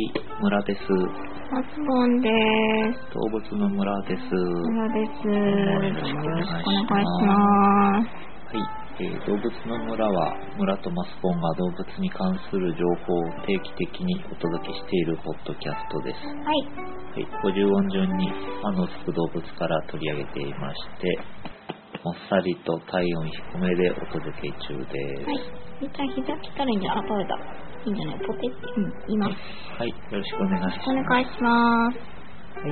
村です。 マツボンです。 動物の村です。 村です。 よろしくお願いします。はい、動物の村は村とマスボンが動物に関する情報を定期的にお届けしているポッドキャストです。 はい。 はい、50音順に「あ」のつく動物から取り上げていまして、もっさりと体温低めでお届け中です。 はい。みーちゃん膝切ったらいいんじゃない？食べた。いいんじゃない？ポテって、います。 はい、よろしくお願いします。 お願いします。 はい、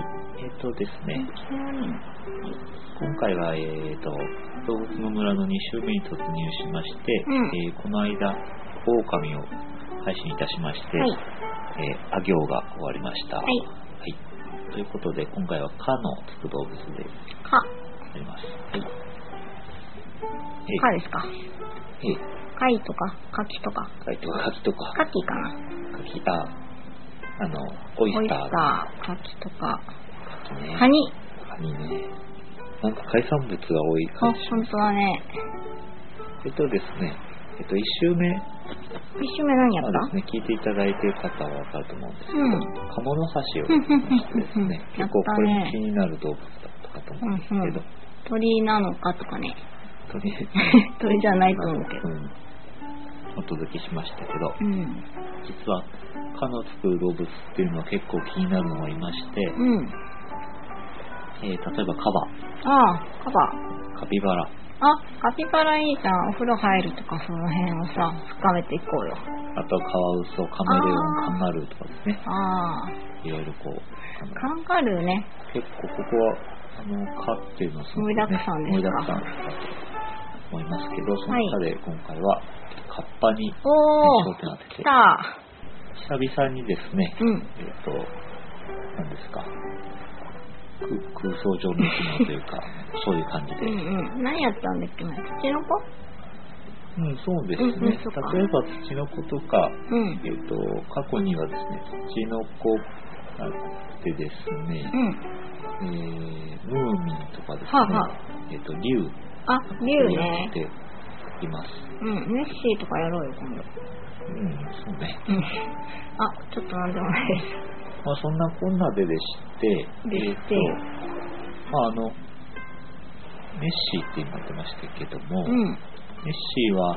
ですね、今回は、動物の村の2週目に突入しまして、この間、狼を配信いたしまして、 はい、 あ行が終わりました。 はい。 はい。ということで、今回はかのつく動物であります。はい。 かですか？貝とか、カキとか。 貝とか、カキとか。 カキかな？ カキ、オイスター。 カキとか。 カキね。 カニ。 カニね。なんか海産物が多い感じ。 本当だね。 ですね、1週目。 1週目何やった？ ですね、聞いていただいている方はわかると思うんですけど、カモノハシをやってましてですね、結構これも気になる動物だったかと思うんですけど。 鳥なのかとかね。鳥じゃないと思うけど。 お届けしましたけど、実は「か」のつく動物っていうのは結構気になるのがいまして、例えばカバ。 カバ。 カピバラ。 カピバラいいじゃん。お風呂入るとかその辺をさ、深めていこうよ。 あとカワウソ、カメレオン、カンガルーとかですね。いろいろこう。 カンガルーね。 結構ここは蚊っていうのはすごく盛りだくさんですか。 盛りだくさんだと思いますけど、その中で今回はカッパに焦点を当てて、久々にですね、何ですか、空想上の生き物というかそういう感じで、 何やったんだっけね、土の子？ そうですね。例えば土の子とか、過去にはですね、土の子があってですね、ムーミンとかですね、竜ね。 っています。 ネッシーとかやろうよ今度。 そうね。 ちょっとなんでもないです。 そんなこんなででして、ネッシーって今言ってましたけども、ネッシーは、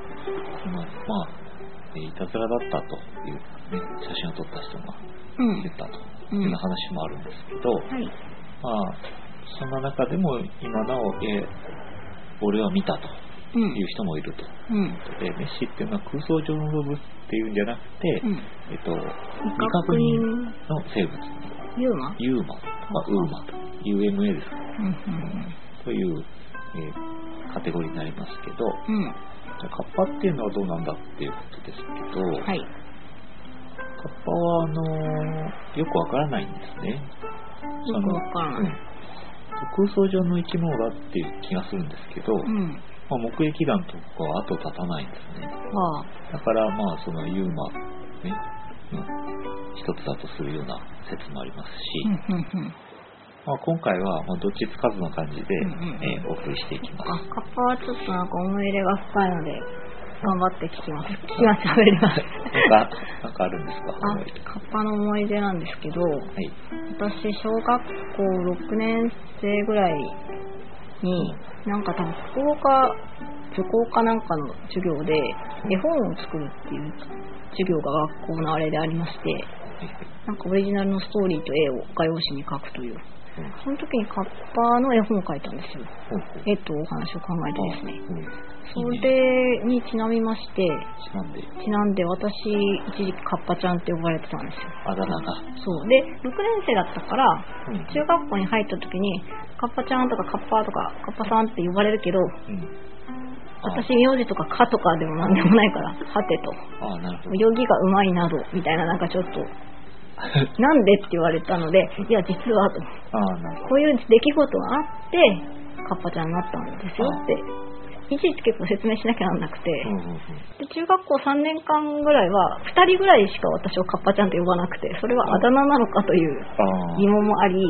いたずらだったという、写真を撮った人が言ったという話もあるんですけど、そんな中でも今なお、俺は見たという人もいると。ネッシーっていうのは空想上の動物っていうんじゃなくて、未確認の生物。 ユーマ、 ウーマと UMA ですか、という、カテゴリーになりますけど、カッパっていうのはどうなんだっていうことですけど、カッパはよくわからないんですね。 よくわからない。 空想上の生き物だっていう気がするんですけど、目撃談とかは後立たないんですね。だからそのユーマね、一つだとするような説もありますし、今回はどっちつかずの感じで、お送りしていきます。 カッパはちょっとなんか思い入れが深いので頑張って聞きます。喋ります。 なんかあるんですか？ カッパの思い出なんですけど、私小学校6年生ぐらいになんか多分図工かなんかの授業で絵本を作るっていう授業が学校のあれでありまして、なんかオリジナルのストーリーと絵を画用紙に描くという、その時にカッパの絵本を描いたんですよ。絵とお話を考えてですね、それにちなみまして、ちなんで私一時期カッパちゃんって呼ばれてたんですよ。 あだ名が。 そうで、6年生だったから、中学校に入った時にカッパちゃんとかカッパとかカッパさんって呼ばれるけど、私名字とかかとかでもなんでもないから、はてと泳ぎがうまいなどみたいな、なんかちょっとなんでって言われたので、いや実はと、こういう出来事があってカッパちゃんになったんですよっていちいち結構説明しなきゃなんなくて、で中学校3年間ぐらいは2人ぐらいしか私をカッパちゃんと呼ばなくて、それはあだ名なのかという疑問もあり、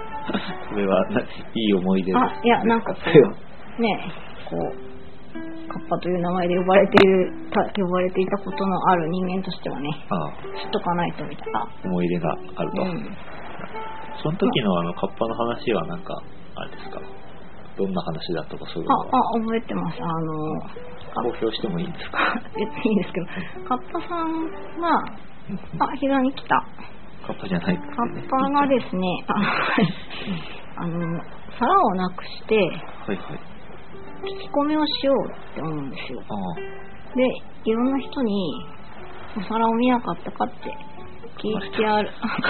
それはいい思い出です。 いやなんかこうね、こうカッパという名前で呼ばれていたことのある人間としてはね、知っとかないとみたいな思い入れがあると、その時のカッパの話はなんかあれですか、どんな話だとかそういうのは覚えてます。 公表してもいいですか？ 別にいいですけど、カッパさんが膝に来たカッパじゃないですね。 カッパがですね、皿をなくして、聞き込みをしようって思うんですよ。で、いろんな人にお皿を見なかったかって聞いて歩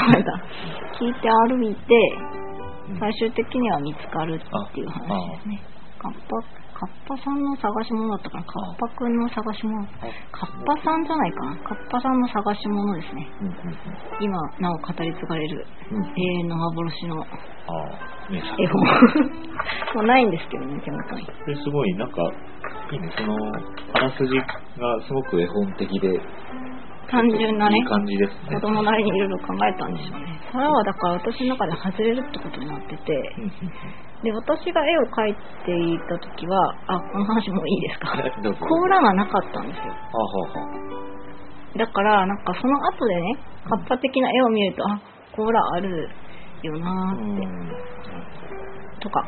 いて、最終的には見つかるっていう話ですね。カッパさんの探し物だったかな、カッパくんの探し物、カッパさんじゃないかな、カッパさんの探し物ですね。今なお語り継がれる永遠の幻の絵本もうないんですけどね、手元に。 すごいなんかいいね、そのあらすじがすごく絵本的で単純なね、 いい感じですね。 子供なりにいろいろ考えたんでしょうね。皿はだから私の中で外れるってことになってて、で、私が絵を描いていた時は、この話もいいですか？甲羅がなかったんですよ。だからなんかその後でね、カッパ的な絵を見ると、甲羅あるよなーってとか、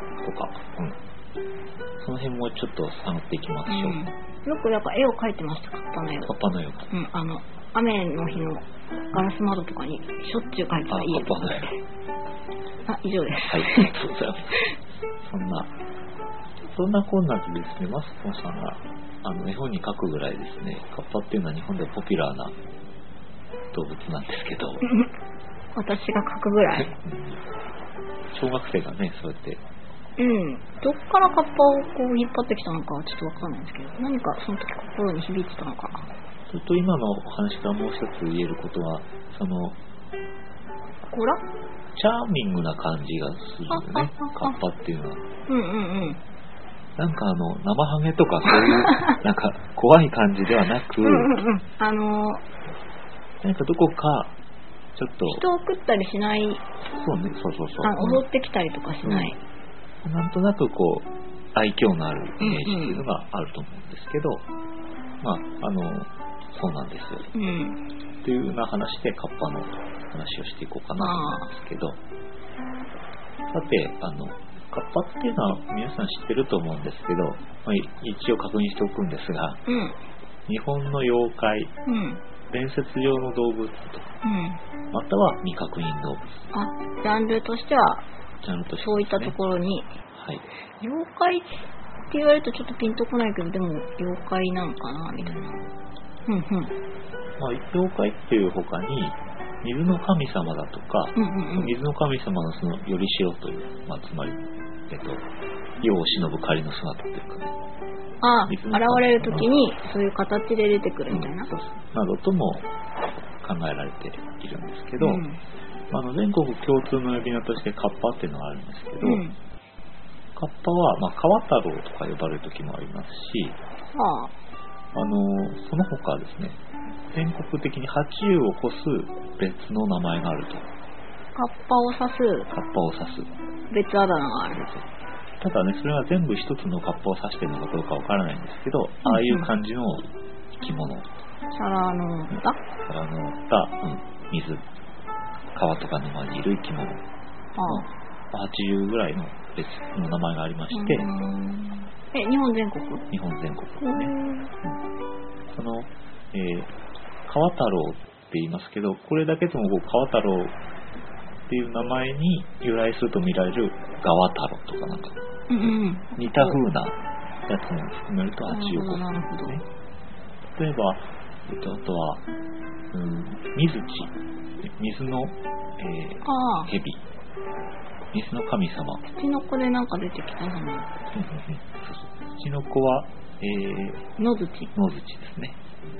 その辺もちょっと探っていきましょう。 よくやっぱ絵を描いてました、カッパの絵を。雨の日のガラス窓とかにしょっちゅう描いた家とかで。以上です。 はい、ありがとうございます。そんなこんなでですね、マスコンさんが絵本に描くぐらいですね、カッパっていうのは日本でポピュラーな動物なんですけど私が描くぐらい小学生がね、そうやってどっからカッパをこう引っ張ってきたのかはちょっとわかんないんですけど、何かその時心に響いてたのかな。 ちょっと今のお話からもう一つ言えることは、その甲羅？ チャーミングな感じがするよね、カッパっていうのは。なんか生ハゲとかそういうなんか怖い感じではなく、何かどこかちょっと人を食ったりしない。 そうね、そう踊ってきたりとかしない。 なんとなくこう愛嬌のあるイメージっていうのがあると思うんですけど、そうなんですよ。というような話でカッパの話をしていこうかなと思うんですけど、さてカッパっていうのは皆さん知ってると思うんですけど、一応確認しておくんですが、日本の妖怪、伝説上の動物とか、または未確認動物。 ジャンルとしてはそういったところに、妖怪って言われるとちょっとピンとこないけど、でも妖怪なのかなみたいな。 妖怪っていう他に水の神様だとか、水の神様のそのよりしろという、つまり世を忍ぶ仮の姿というかね、 現れる時にそういう形で出てくるみたいな、 などとも考えられているんですけど、全国共通の呼び名としてカッパっていうのがあるんですけど、カッパは川太郎とか呼ばれる時もありますし、その他ですね、全国的に80を超す別の名前があると。 カッパを指す別あだ名がある。 ただね、それは全部一つのカッパを指しているのかどうかわからないんですけど、ああいう感じの生き物、 皿の歌、水、川とか沼にいる生き物、80ぐらいの別の名前がありまして、 日本全国日本全国ですね。その、川太郎って言いますけど、これだけでも川太郎っていう名前に由来すると見られる川太郎とかなんか、似た風なやつも含めると80を超するんですね。例えば、あとは、水地、水の、蛇、水の神様。 土の子でなんか出てきたじゃない。 土の子は、 野槌ですね。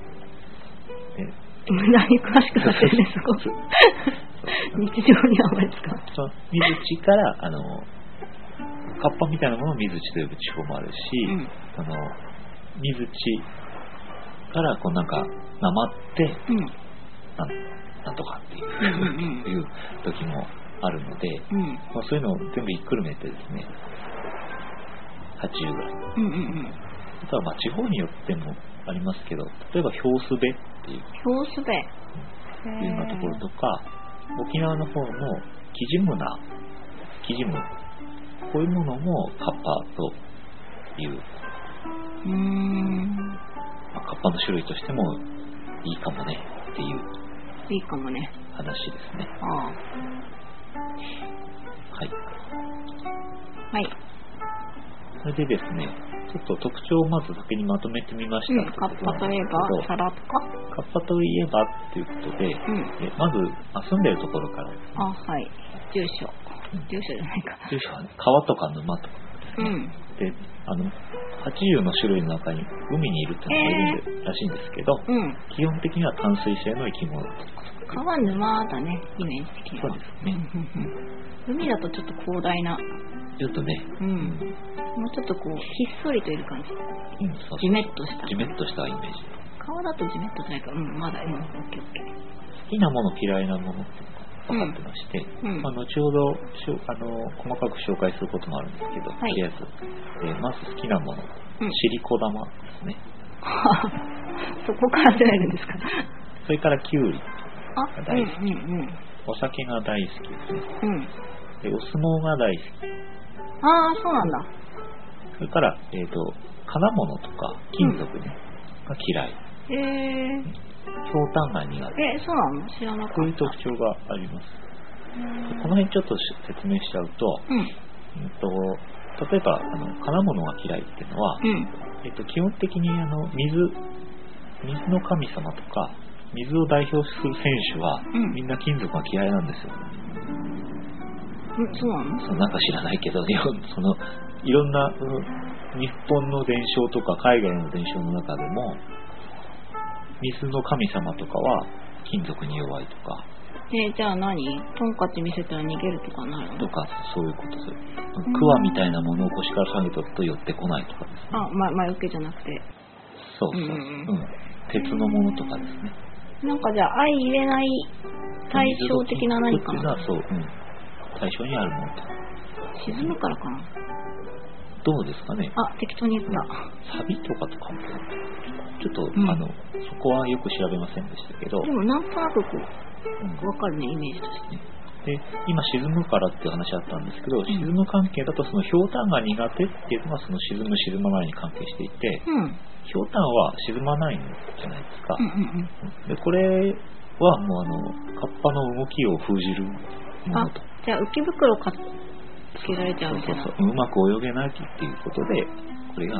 無駄に詳しくなってるね、すごく。日常にはあまり使う。 水地から、カッパみたいなものを水地と呼ぶ地方もあるし、水地からこうなんかなまって、なんとかっていう時もあるので、そういうのを全部ひっくるめてですね、80ぐらい。 あとは地方によってもありますけど、例えば氷すべっていういうようなところとか、沖縄の方のキジム、こういうものもカッパという、カッパの種類としてもいいかもねっていう話ですね。はい。それでですね、ちょっと特徴をまず先にまとめてみました。 カッパといえば皿とか？ カッパといえばっていうことで、まず住んでるところからですね。 はい。住所じゃないか。 住所は川とか沼とかですね。で、80の種類の中に海にいるっていうのがいるらしいんですけど、基本的には淡水性の生き物とか。 川沼だね、イメージ的には。 そうですね。 海だとちょっと広大な。 ちょっとね。 もうちょっとひっそりといる感じ。ジメッとした。 ジメッとしたイメージ。 川だとジメッとじゃないか。まだ、オッケー。 好きなもの嫌いなもの分かってまして、後ほど細かく紹介することもあるんですけど、とりあえず、まず好きなもの、シリコ玉ですね。 そこから出るんですか？ それからキュウリが大好き、お酒が大好きですね。でお相撲が大好き。 そうなんだ。 それから金物とか金属ね、が嫌い。ひょうたんが苦手。 そうなの？知らなかった。 こういう特徴があります。この辺ちょっと説明しちゃうと、例えば金物が嫌いっていうのは、基本的に水の神様とか水を代表する選手は、みんな金属が嫌いなんですよ。 そうなの？ なんか知らないけど、いろんな日本の伝承とか海外の伝承の中でも、水の神様とかは金属に弱いとか。 じゃあ何？トンカチ見せたら逃げるとかなるの？ とか、そういうことです。クワみたいなものを腰から下げとくと寄ってこないとかですね。 魔除けじゃなくて。 そう。鉄のものとかですね。 なんかじゃあ相入れない対照的な何かな？ そう、対象にあるものと。 沈むからかな。 どうですかね。 適当に言った。 サビとかもちょっと、そこはよく調べませんでしたけど。 でもなんとなく分かるね、イメージとして。 で、今沈むからっていう話あったんですけど、沈む関係だとそのひょうたんが苦手っていうのがその沈む沈まないに関係していて、ひょうたんは沈まないんじゃないですか。で、これはもうカッパの動きを封じるものと。 じゃあ浮き袋つけられちゃうみたいな。 うまく泳げないっていうことで、これが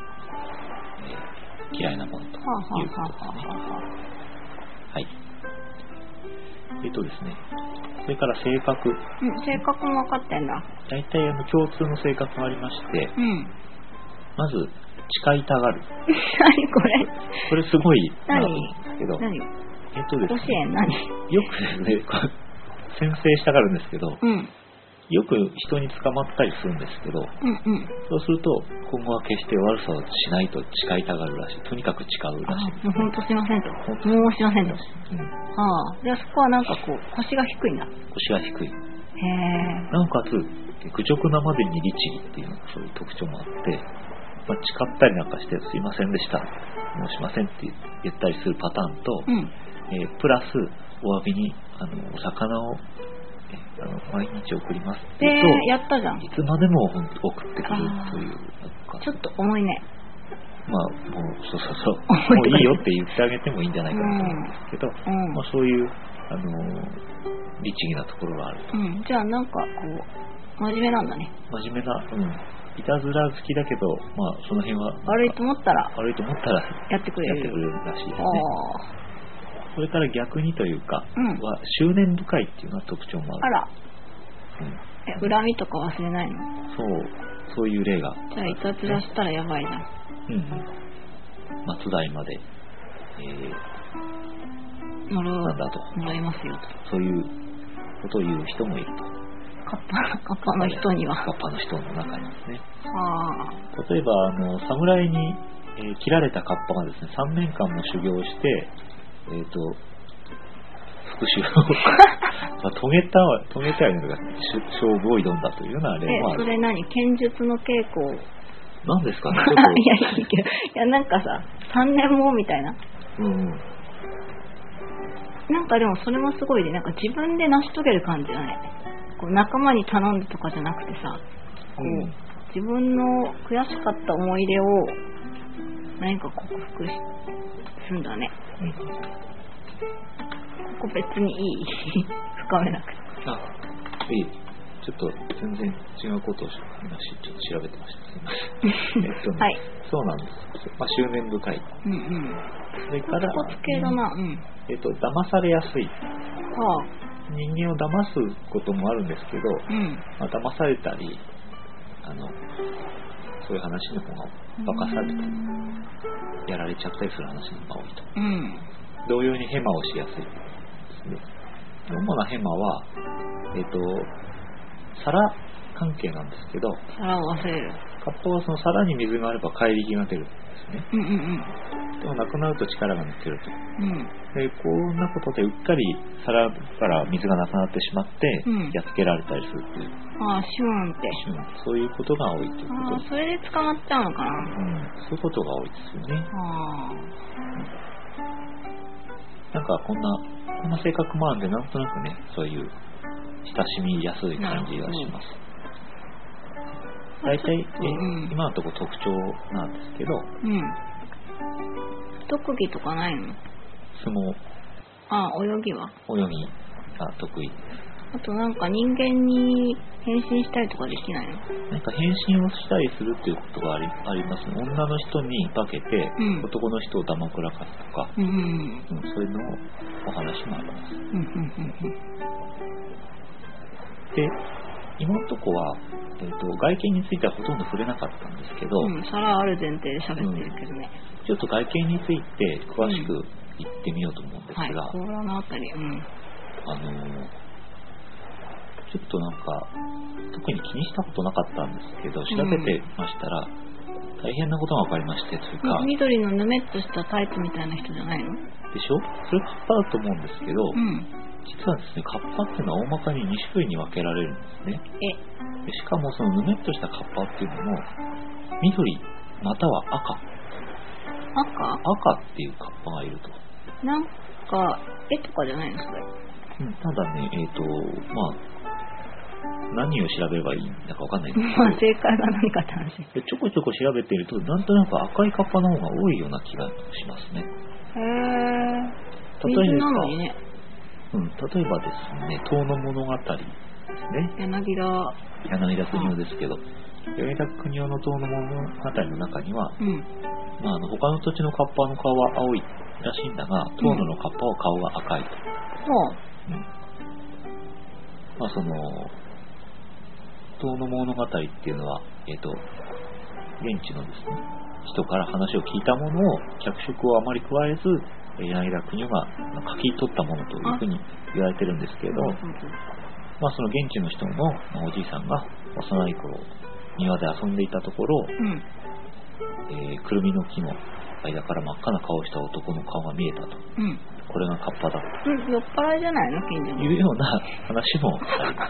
嫌いなものということですね。はい。ですね。それから性格。 性格も分かってんだ。 大体共通の性格がありまして、まず誓いたがる。 何これ？ これすごいなと思うんですけど。 何？ ですね。 何？ よくですね、先制したがるんですけど。よく人に捕まったりするんですけど、そうすると今後は決して悪さをしないと誓いたがるらしい。とにかく誓うらしい。 本当しませんと。もうしませんと。じゃあそこはなんか腰が低いんだ。 腰が低い。なおかつ愚直なまでに律儀っていうのがそういう特徴もあって、誓ったりなんかしてすいませんでした、もうしませんって言ったりするパターンと、プラスお詫びにお魚を毎日送りますって言うと、 やったじゃん。 いつまでも送ってくるという。 ちょっと重いね。 もうもういいよって言ってあげてもいいんじゃないかなと思うんですけど、そういう律儀なところがあると。 じゃあなんか真面目なんだね。 真面目な、いたずら好きだけど、その辺は悪いと思ったらやってくれるらしいですね。それから逆にというか、は執念深いっていうのは特徴もある。 恨みとか忘れないの？ そういう例が。 じゃあいたずらしたらやばいじゃん。 末代まで、なんだと。 呪いますよと。 そういうことを言う人もいると。 カッパの人には。 カッパの人の中にですね。例えば侍に、切られたカッパがですね、3年間も修行して、復讐を遂げたはいるのが勝負を挑んだというような例もある。 それ何？剣術の稽古何ですかね。 いやなんかさ、3年もみたいな。なんかでもそれもすごいで、なんか自分で成し遂げる感じだね。こう仲間に頼んでとかじゃなくてさ、こう自分の悔しかった思い出を何か克服するんだね。ここ別にいい深めなくて。 いい。ちょっと全然違うことを話ちょっと調べてました。すみません。はい。そうなんです。執念深い。それからコツ系だな。 騙されやすい。人間を騙すこともあるんですけど、騙されたり、そういう話の方が化かされたり、やられちゃったりする話の方が多いと。同様にヘマをしやすいですね。主なヘマは、皿関係なんですけど、 皿を忘れる。 カッパはその皿に水があれば怪力が出るんですね。でもなくなると力が抜けると。でこんなことでうっかり皿から水がなくなってしまって、やっつけられたりするという。 シューンって。 そういうことが多いということです。 それで捕まっちゃうのかな。 そういうことが多いですよね。なんかこんな性格もあるんで、なんとなくね、そういう親しみやすい感じがします。大体、今のところ特徴なんですけど、 特技とかないの？ 相撲。 泳ぎは？ 泳ぎが得意です。 あとなんか人間に変身したりとかできないの？ なんか変身をしたりするっていうことがありますね。女の人に化けて、男の人をだまくらかすとか、そういうのお話もあります。で、今のとこは、外見についてはほとんど触れなかったんですけど、 皿ある前提で喋ってるけどね。 ちょっと外見について詳しく言ってみようと思うんですが、 このあたり、 ちょっとなんか特に気にしたことなかったんですけど、調べてましたら、大変なことが分かりまして、というか、 緑のぬめっとしたタイツみたいな人じゃないの？ でしょ？それカッパだと思うんですけど、実はですね、カッパっていうのは大まかに2種類に分けられるんですね。でしかもそのぬめっとしたカッパっていうのも緑または赤っていうカッパがいると。 なんか絵とかじゃないのそれ？ ただね、何を調べればいいんだか分かんないんですけど、正解が何かって話。 ちょこちょこ調べていると、なんとなく赤いカッパの方が多いような気がしますね。 水なのにね。 例えばですね、遠野物語ですね。 柳田国男ですけど、柳田国男の遠野物語の中には、他の土地のカッパの顔は青いらしいんだが、遠野のカッパは顔が赤いと。その遠野物語っていうのは、現地のですね、人から話を聞いたものを脚色をあまり加えず、柳田国男が書き取ったものというふうに言われてるんですけれど、その現地の人のおじいさんが幼い頃庭で遊んでいたところ、くるみの木の間から真っ赤な顔をした男の顔が見えたと、これがカッパだと、 酔っ払いじゃないの近所のいうような話もあります。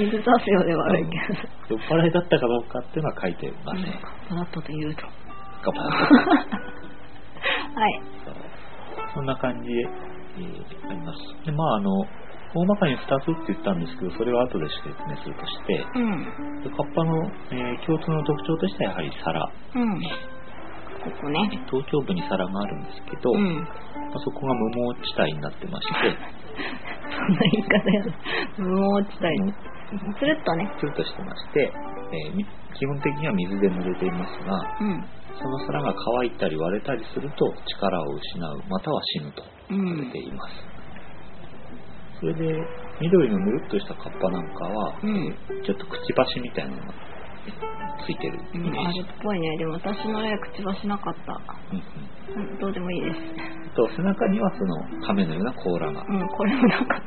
水出すようでは悪いけど、 酔っ払いだったかどうかっていうのは書いてません。 カッパだったと言うと、 カッパだったはい、 そんな感じで、あります。で、大まかに2つって言ったんですけど、それは後で説明するとして、カッパの、共通の特徴としてはやはり皿、ここね、頭頂部に皿があるんですけど、そこが無毛地帯になってまして、 そんな言い方やだ。無毛地帯、つるっとね、 つるっとしてまして、基本的には水で濡れていますが、その皿が乾いたり割れたりすると力を失う、または死ぬと言われています。それで緑のぬるっとしたカッパなんかは、ちょっとくちばしみたいなのがついてるイメージ。 あれっぽいね。でも私の絵くちばしなかった。どうでもいいです。 背中にはその亀のような甲羅が。 これもなかった。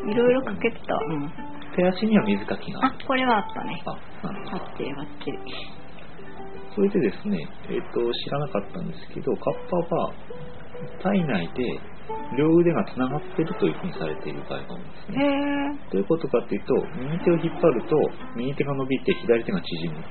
いろいろかけてた。 手足には水かきがある。 これはあったね。 なるほど。 あってばっちり。 それでですね、知らなかったんですけど、カッパは体内で両腕がつながっているというふうにされている場合が多いんですね。どういうことかというと、右手を引っ張ると右手が伸びて左手が縮む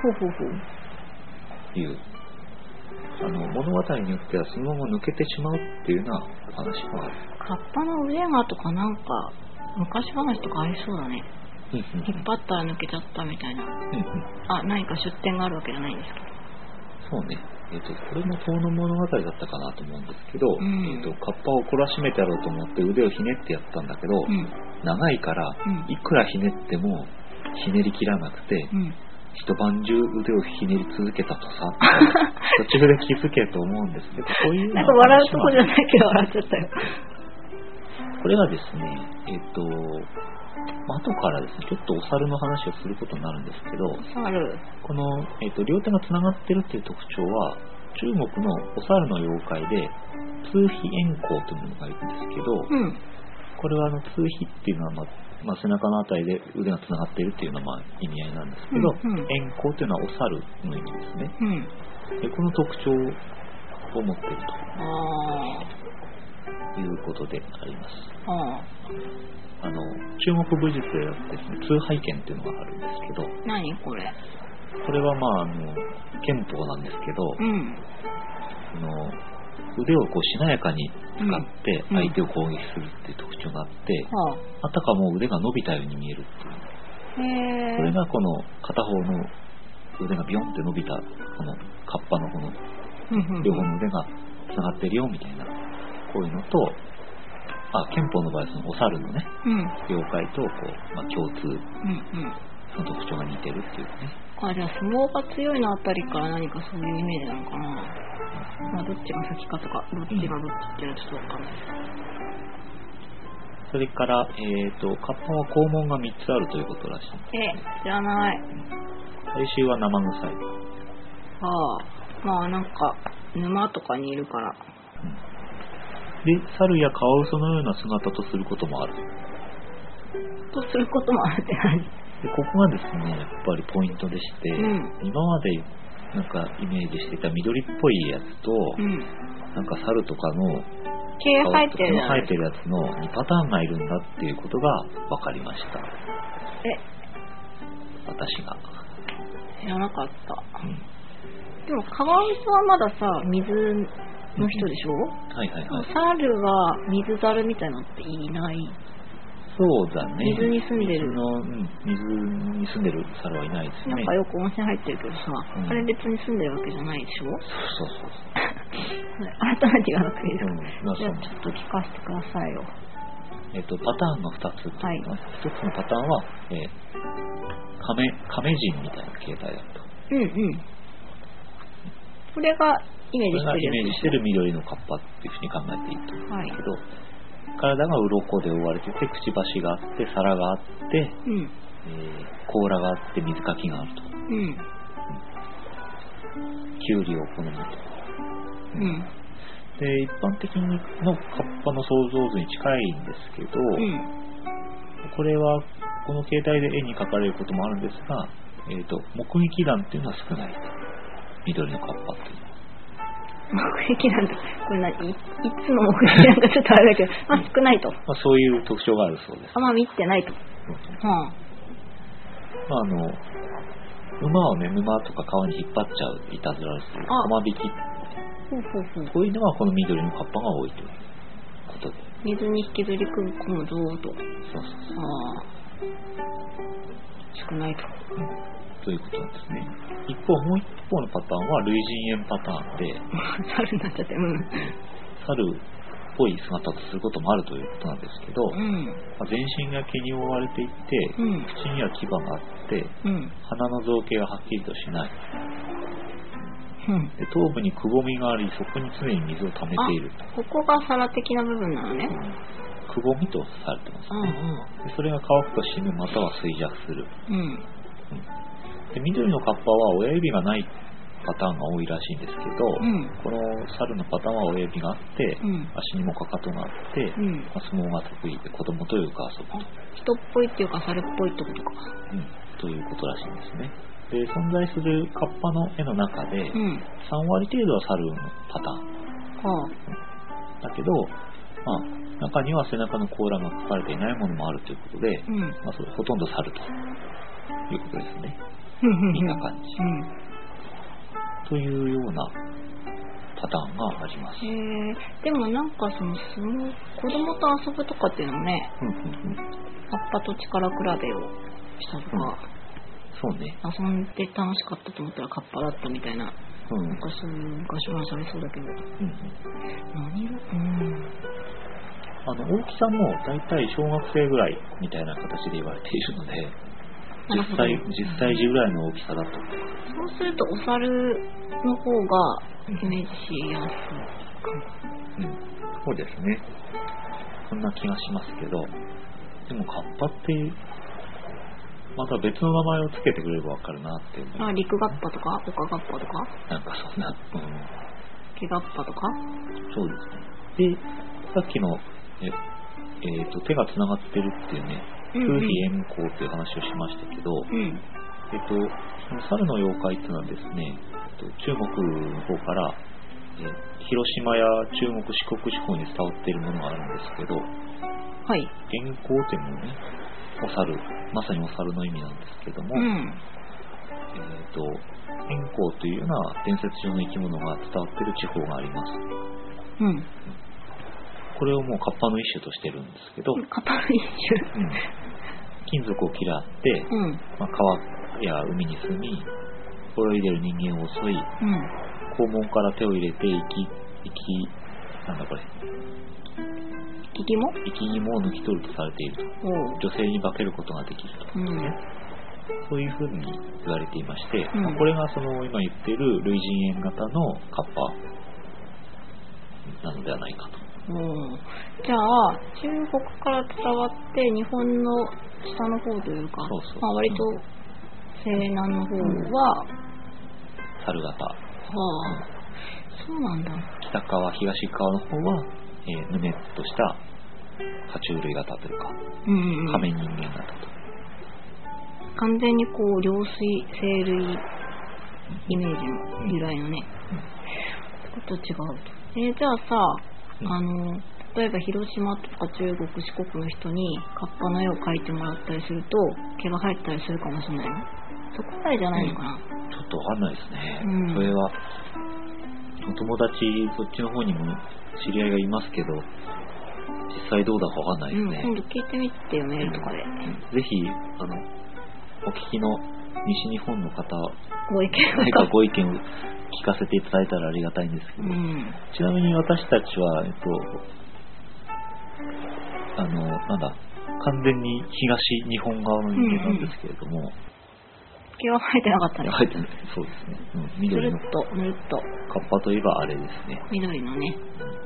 という物語によってはそのまま抜けてしまうっていうようなお話もある。 カッパの腕がとかなんか昔話とかありそうだね。引っ張ったら抜けちゃったみたいな。何か出典があるわけじゃないんですけど。 そうね。これも遠の物語だったかなと思うんですけど、カッパを懲らしめてやろうと思って腕をひねってやったんだけど、長いから、いくらひねってもひねりきらなくて、一晩中腕をひねり続けたとさ、途中で気づけと思うんですけど、こういうなんか笑うとこじゃないけど笑っちゃったよ。 これはですね、後からですね、ちょっとお猿の話をすることになるんですけど、この、両手がつながってるっていう特徴は、中国のお猿の妖怪で、通皮円光というものがいるんですけど、これは通皮っていうのは、背中のあたりで腕がつながっているっていうのは意味合いなんですけど、円光というのはお猿の意味ですね。でこの特徴を持っているということであります。中国武術でですね、通拝剣っていうのがあるんですけど、 何これ？ これは拳法なんですけど、腕をしなやかに使って相手を攻撃するっていう特徴があって、あたかも腕が伸びたように見えるっていう。これがこの片方の腕がビヨンって伸びたこのカッパのこの両方の腕がつながってるよみたいな、こういうのと、拳法の場合はそのお猿のね、妖怪と共通の特徴が似てるっていうね。 じゃあ相撲が強いのあたりから何かそういうイメージなのかな。どっちが先かとか、どっちがどっちっていうのはちょっとわかんない。 それから、カッパは肛門が3つあるということらしい。 知らない。 最終は生臭い。 なんか沼とかにいるから。 で、猿やカワウソのような姿とすることもある。 とすることもあるって何？ でここがですね、やっぱりポイントでして、今までなんかイメージしていた緑っぽいやつと、なんか猿とかの毛生えてるやつの2パターンがいるんだっていうことが分かりました。私が知らなかった。でもカワウソはまださ、水の人でしょ？猿は水猿みたいなのっていない。 そうだね。 水に住んでる。 水に住んでる猿はいないですね。 なんかよく温泉入ってるけどさ、あれ別に住んでるわけじゃないでしょ？ そう改めて言わなくていいですか？じゃあちょっと聞かせてくださいよ。 パターンの2つっていうのは、1つのパターンは、亀人みたいな形態だと。 これがイメージしてる。 イメージしてる緑のカッパっていうふうに考えていいと思うんですけど、体が鱗で覆われてて、くちばしがあって皿があって、甲羅があって水かきがあると。キュウリを好むと。で、一般的のカッパの想像図に近いんですけど、これはこの形態で絵に描かれることもあるんですが、目撃談っていうのは少ないと。緑のカッパっていうのは。 目撃談ってこれいつの目撃談かちょっとあれだけど、少ないと。 そういう特徴があるそうです。 見てないと。 馬をね、沼とか川に引っ張っちゃういたずらをする浜引き、こういうのはこの緑のカッパが多いということで、 水に引きずり込むぞと。少ないと。 ということなんですね。一方、もう一方のパターンは類人猿パターンで猿になっちゃって、 猿っぽい姿とすることもあるということなんですけど、全身が毛に覆われていて、口には牙があって、鼻の造形がはっきりとしない、で頭部にくぼみがあり、そこに常に水を溜めている。 ここが皿的な部分なのね。 くぼみとされてますね。でそれが乾くと死ぬ、または衰弱する。で緑のカッパは親指がないパターンが多いらしいんですけど、この猿のパターンは親指があって、足にもかかとがあって、相撲が得意で子供とよく遊ぶと。 人っぽいっていうか猿っぽいってことか。 ということらしいんですね。で存在するカッパの絵の中で、3割程度は猿のパターン、だけど中には背中の甲羅が描かれていないものもあるということで、それほとんど猿ということですね。見た感じ、というようなパターンがあります。 でもなんかその子供と遊ぶとかっていうのもね、葉っぱと力比べをしたとか、 そうね、 遊んで楽しかったと思ったらカッパだったみたいな、なんかそういう昔話ありそうだけど、何色？ 大きさもだいたい小学生ぐらいみたいな形で言われているので、10歳児ぐらいの大きさだと。 そうするとお猿の方がイメージしやすいかな。そうですね。そんな気がしますけど、でもカッパってまた別の名前をつけてくれればわかるなって思う。 陸ガッパとかオカガッパとか、 なんかそんな、 毛ガッパとか。 そうですね。で、さっきの手がつながってるっていうね、空飛円光っていう話をしましたけど、その猿の妖怪っていうのはですね、中国の方から、広島や中国四国地方に伝わっているものがあるんですけど、円光っていうのもね、お猿、まさにお猿の意味なんですけども、円光というような伝説上の生き物が伝わっている地方があります。これをもうカッパの一種としてるんですけど、 カッパの一種、 金属を嫌って、川や海に住み、泳いでる人間を襲い、肛門から手を入れてなんだこれ、 生き肝を抜き取るとされていると。女性に化けることができると、そういうふうに言われていまして、これがその今言っている類人猿型のカッパなのではないかと。 じゃあ中国から伝わって日本の下の方というか、割と西南の方は猿型。 そうなんだ。 北側東側の方は、ぬめっとした爬虫類型というか、仮面人間型と。 完全にこう両水生類イメージの由来のね、ちょっと違うと。じゃあさ、例えば広島とか中国四国の人にカッパの絵を描いてもらったりすると毛が生えたりするかもしれないの？そこまでじゃないのかな。 ちょっとわかんないですね。それはお友達そっちの方にも知り合いがいますけど、実際どうだかわかんないですね。 今度聞いてみてよ、メールとかで。 ぜひお聞きの西日本の方、 何かご意見を聞かせていただいたらありがたいんですけど、ちなみに私たちは完全に東日本側の人間なんですけれども、 毛は生えてなかったね。 生えてない。そうですね。緑のぬるっとカッパといえばあれですね。 緑のね。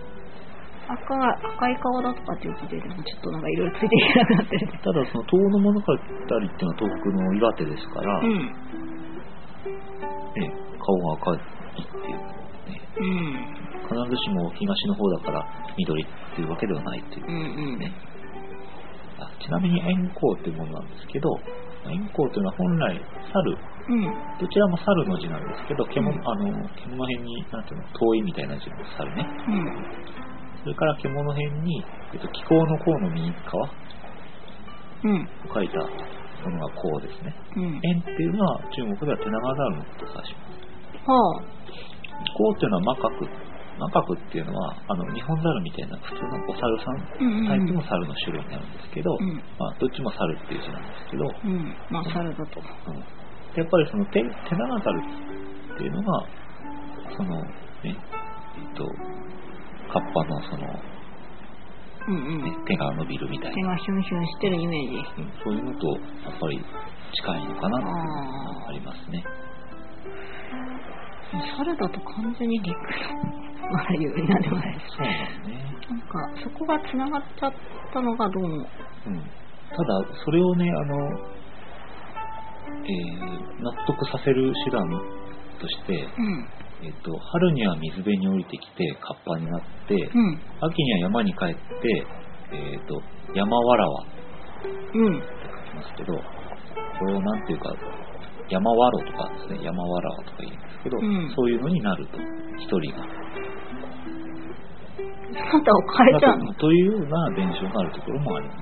赤い顔だとかっていうことで、ちょっとなんかいろいろついていけなくなってる。 ただその遠野物語っていうのは東北の岩手ですから、顔が赤いっていうね、必ずしも東の方だから緑っていうわけではないっていうね。ちなみに円光っていうものなんですけど、円光というのは本来猿、どちらも猿の字なんですけど、獣辺になんていうの、遠いみたいな字の猿ね。それから獣辺に気候の甲の右側を書いたものが甲ですね。円っていうのは中国ではテナガザルのことを指します。甲っていうのはマカクっていうのは日本猿みたいな普通のお猿さんタイプの猿の種類になるんですけど、どっちも猿っていう字なんですけど、 猿だと。 やっぱりそのテナガザルっていうのがそのねカッパのその、手が伸びるみたいな、 手がヒュンヒュンしてるイメージ、 そういうのとやっぱり近いのかなっていうのがありますね。 猿だと完全に陸のあらゆるなんでもないです。 そうなんですね。 なんかそこがつながっちゃったのがどうも、 ただそれをね納得させる手段として、春には水辺に降りてきてカッパになって、秋には山に帰って、山わらわって書きますけど、これをなんていうか山わろとかですね、山わらわとか言うんですけど、そういうのになると一人が。 姿を変えちゃうのというような伝承があるところもあります。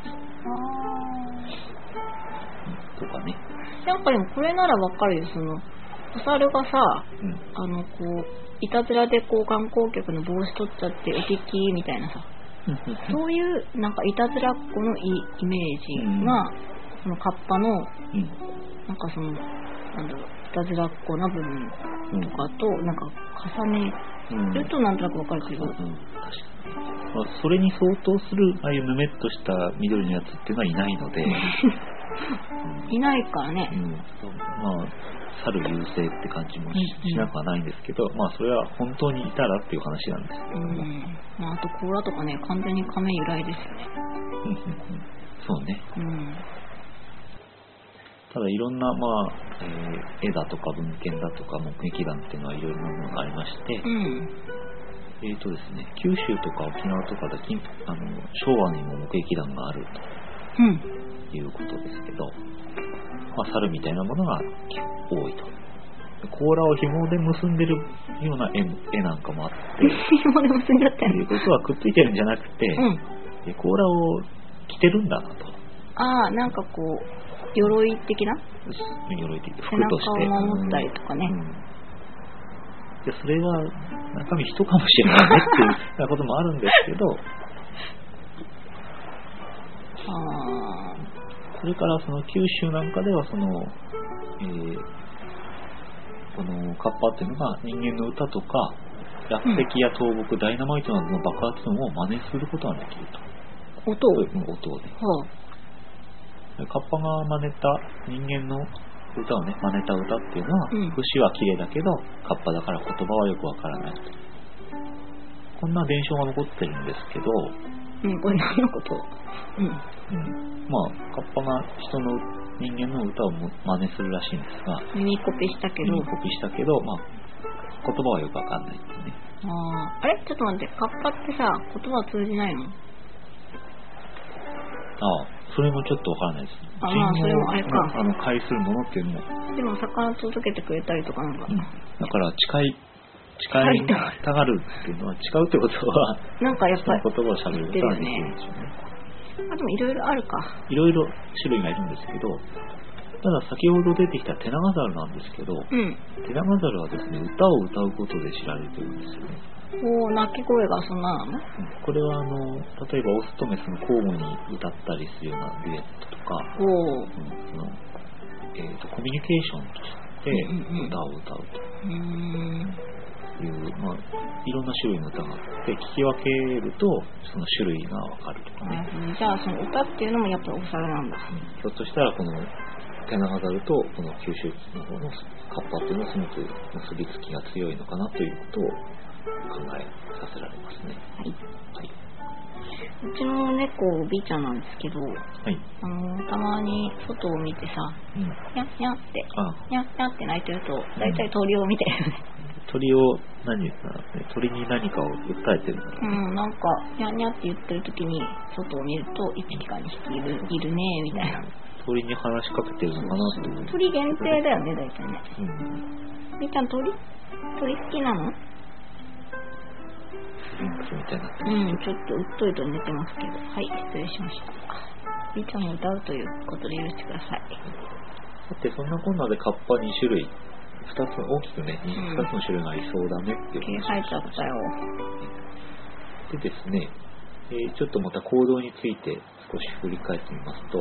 とかね。 なんかでもこれならわかるよ。そのお猿がさ、こういたずらでこう観光客の帽子取っちゃっておききみたいなさ、そういうなんかいたずらっ子のイメージが、そのカッパの、なんかそのなんだろう、いたずらっ子な部分とかとなんか重ねるとなんとなくわかるけど、確かに、 それに相当するああいうぬめっとした緑のやつっていうのはいないのでいないからね、 まあ猿優勢って感じも しなくはないんですけど、まあそれは本当にいたらっていう話なんですけども、 まあ、あと甲羅とかね、完全に亀由来ですよね。 そうね、ただいろんな、絵だとか文献だとか目撃談っていうのはいろいろなものがありまして、ですね、九州とか沖縄とかで昭和にも目撃談があるということですけど、猿みたいなものが多いと。甲羅を紐で結んでるような 絵なんかもあって紐で結んじゃったよね。 ということはくっついてるんじゃなくて、甲羅を着てるんだなと。 なんかこう鎧的な、 鎧的、服として背中を守ったりとかね、 でそれは中身人かもしれないねっていうこともあるんですけどそれからその九州なんかではその、このカッパっていうのが人間の歌とか落石や倒木、ダイナマイトなどの爆発音を真似することができると。音で、カッパが真似た人間の歌をね、真似た歌っていうのは、節は綺麗だけどカッパだから言葉はよくわからないと。こんな伝承が残ってるんですけど、 これ何のこと？ カッパが人間の歌を真似するらしいんですが、 耳コピしたけど、 言葉はよくわかんないってね。 あれちょっと待って、カッパってさ、言葉通じないの？ それもちょっとわからないです。 それもあれか。 介するものっていうのも。 でも魚届けてくれたりとかなんか。 だから近いたがるっていうのは、誓うってことはなんかやっぱり言葉をしゃべることができるんですよね。 でもいろいろあるか。 いろいろ種類がいるんですけど、ただ先ほど出てきたテナガザルなんですけど、テナガザルはですね、歌を歌うことで知られてるんですよね。 鳴き声がそんなの？ これは例えばオスとメスの交互に歌ったりするようなデュエットとか、コミュニケーションとして歌を歌うという、いろんな種類の歌があって聞き分けるとその種類が分かるとかね。 じゃあその歌っていうのもやっぱお猿なんだ。 ひょっとしたらこのテナガザルとこの九州の方のカッパっていうのはすごく結びつきが強いのかなということを考えさせられますね。 うちの猫 B ちゃんなんですけど、たまに外を見てさ、にゃにゃってにゃにゃって鳴いてると大体鳥を見てるよね。 鳥に何かを訴えてるのかな。 なんかにゃにゃって言ってる時に外を見ると1匹か2匹いるねみたいな。 鳥に話しかけてるのかなと思う。 鳥限定だよね、大体ね。みーちゃん鳥好きなの？ みたいな。 ちょっとうっといと寝てますけど、はい、失礼しました。みーちゃんも歌うということで許してください。 だってそんなこんなでカッパ2種類、2つ大きくね、2つの種類がいそうだねっていう話。毛生えちゃったよ。 でですね、ちょっとまた行動について少し振り返ってみますと、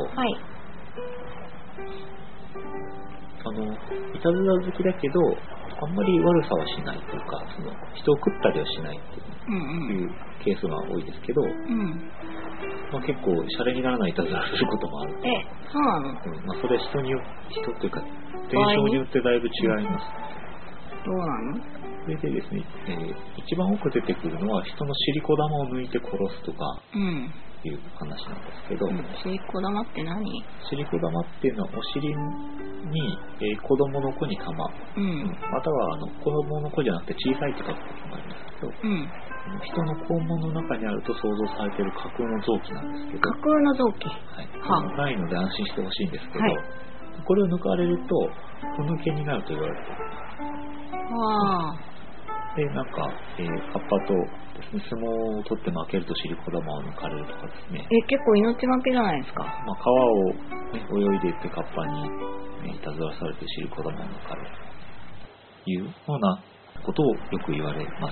いたずら好きだけどあんまり悪さはしないというか、その人を食ったりはしないっていうケースが多いですけど、結構シャレにならないいたずらをすることもある。 そうなの？ それは人というか伝承によってだいぶ違います。 どうなの？ それでですね、一番多く出てくるのは人の尻子玉を抜いて殺すとかいう話なんですけど、 尻子玉って何？ 尻子玉っていうのはお尻に、子供の子に玉、または子供の子じゃなくて小さいって書くこともありますけど、人の肛門の中にあると想像されている架空の臓器なんですけど、 架空の臓器、 ないので安心してほしいんですけど、これを抜かれるとふぬけになると言われている。 でなんか、カッパとですね、相撲を取って負けると尻子玉を抜かれるとかですね。 結構命がけじゃないですか。 川を、ね、泳いでいってカッパに、ね、いたずらされて尻子玉を抜かれるというようなことをよく言われます。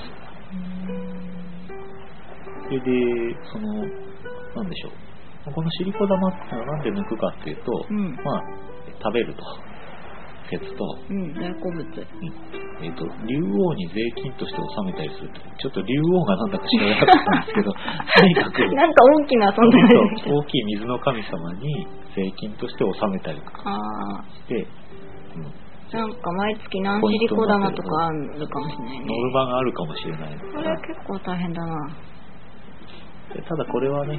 それでなんでしょう、この尻子玉ってのはなんで抜くかっていうと、食べると説と、 大好物、 竜王に税金として納めたりすると、ちょっと竜王がなんだか知らなかったんですけどとにかくなんか大きな存在です大きい水の神様に税金として納めたりとかして、 なんか毎月何尻子玉とかあるかもしれないね。 ノルマがあるかもしれない。 それは結構大変だな。 ただこれはね、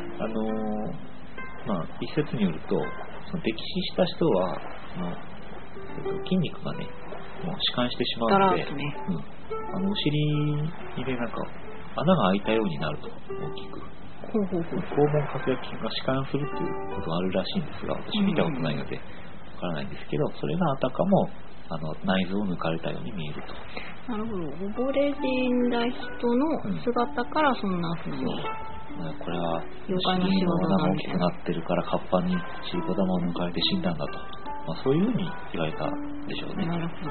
一説によると、その溺死した人は筋肉がね、もう弛緩してしまうので、お尻にね、なんか穴が開いたようになると、大きく。肛門括約筋が弛緩するということがあるらしいんですが、私見たことないのでわからないんですけど、それがあたかも内臓を抜かれたように見えると。 なるほど。溺れ死んだ人の姿からそんな風に。 これは妖怪の仕業が大きくなってるからカッパに尻子玉を抜かれて死んだんだと、そういうふうに言われたでしょうね。 なるほど。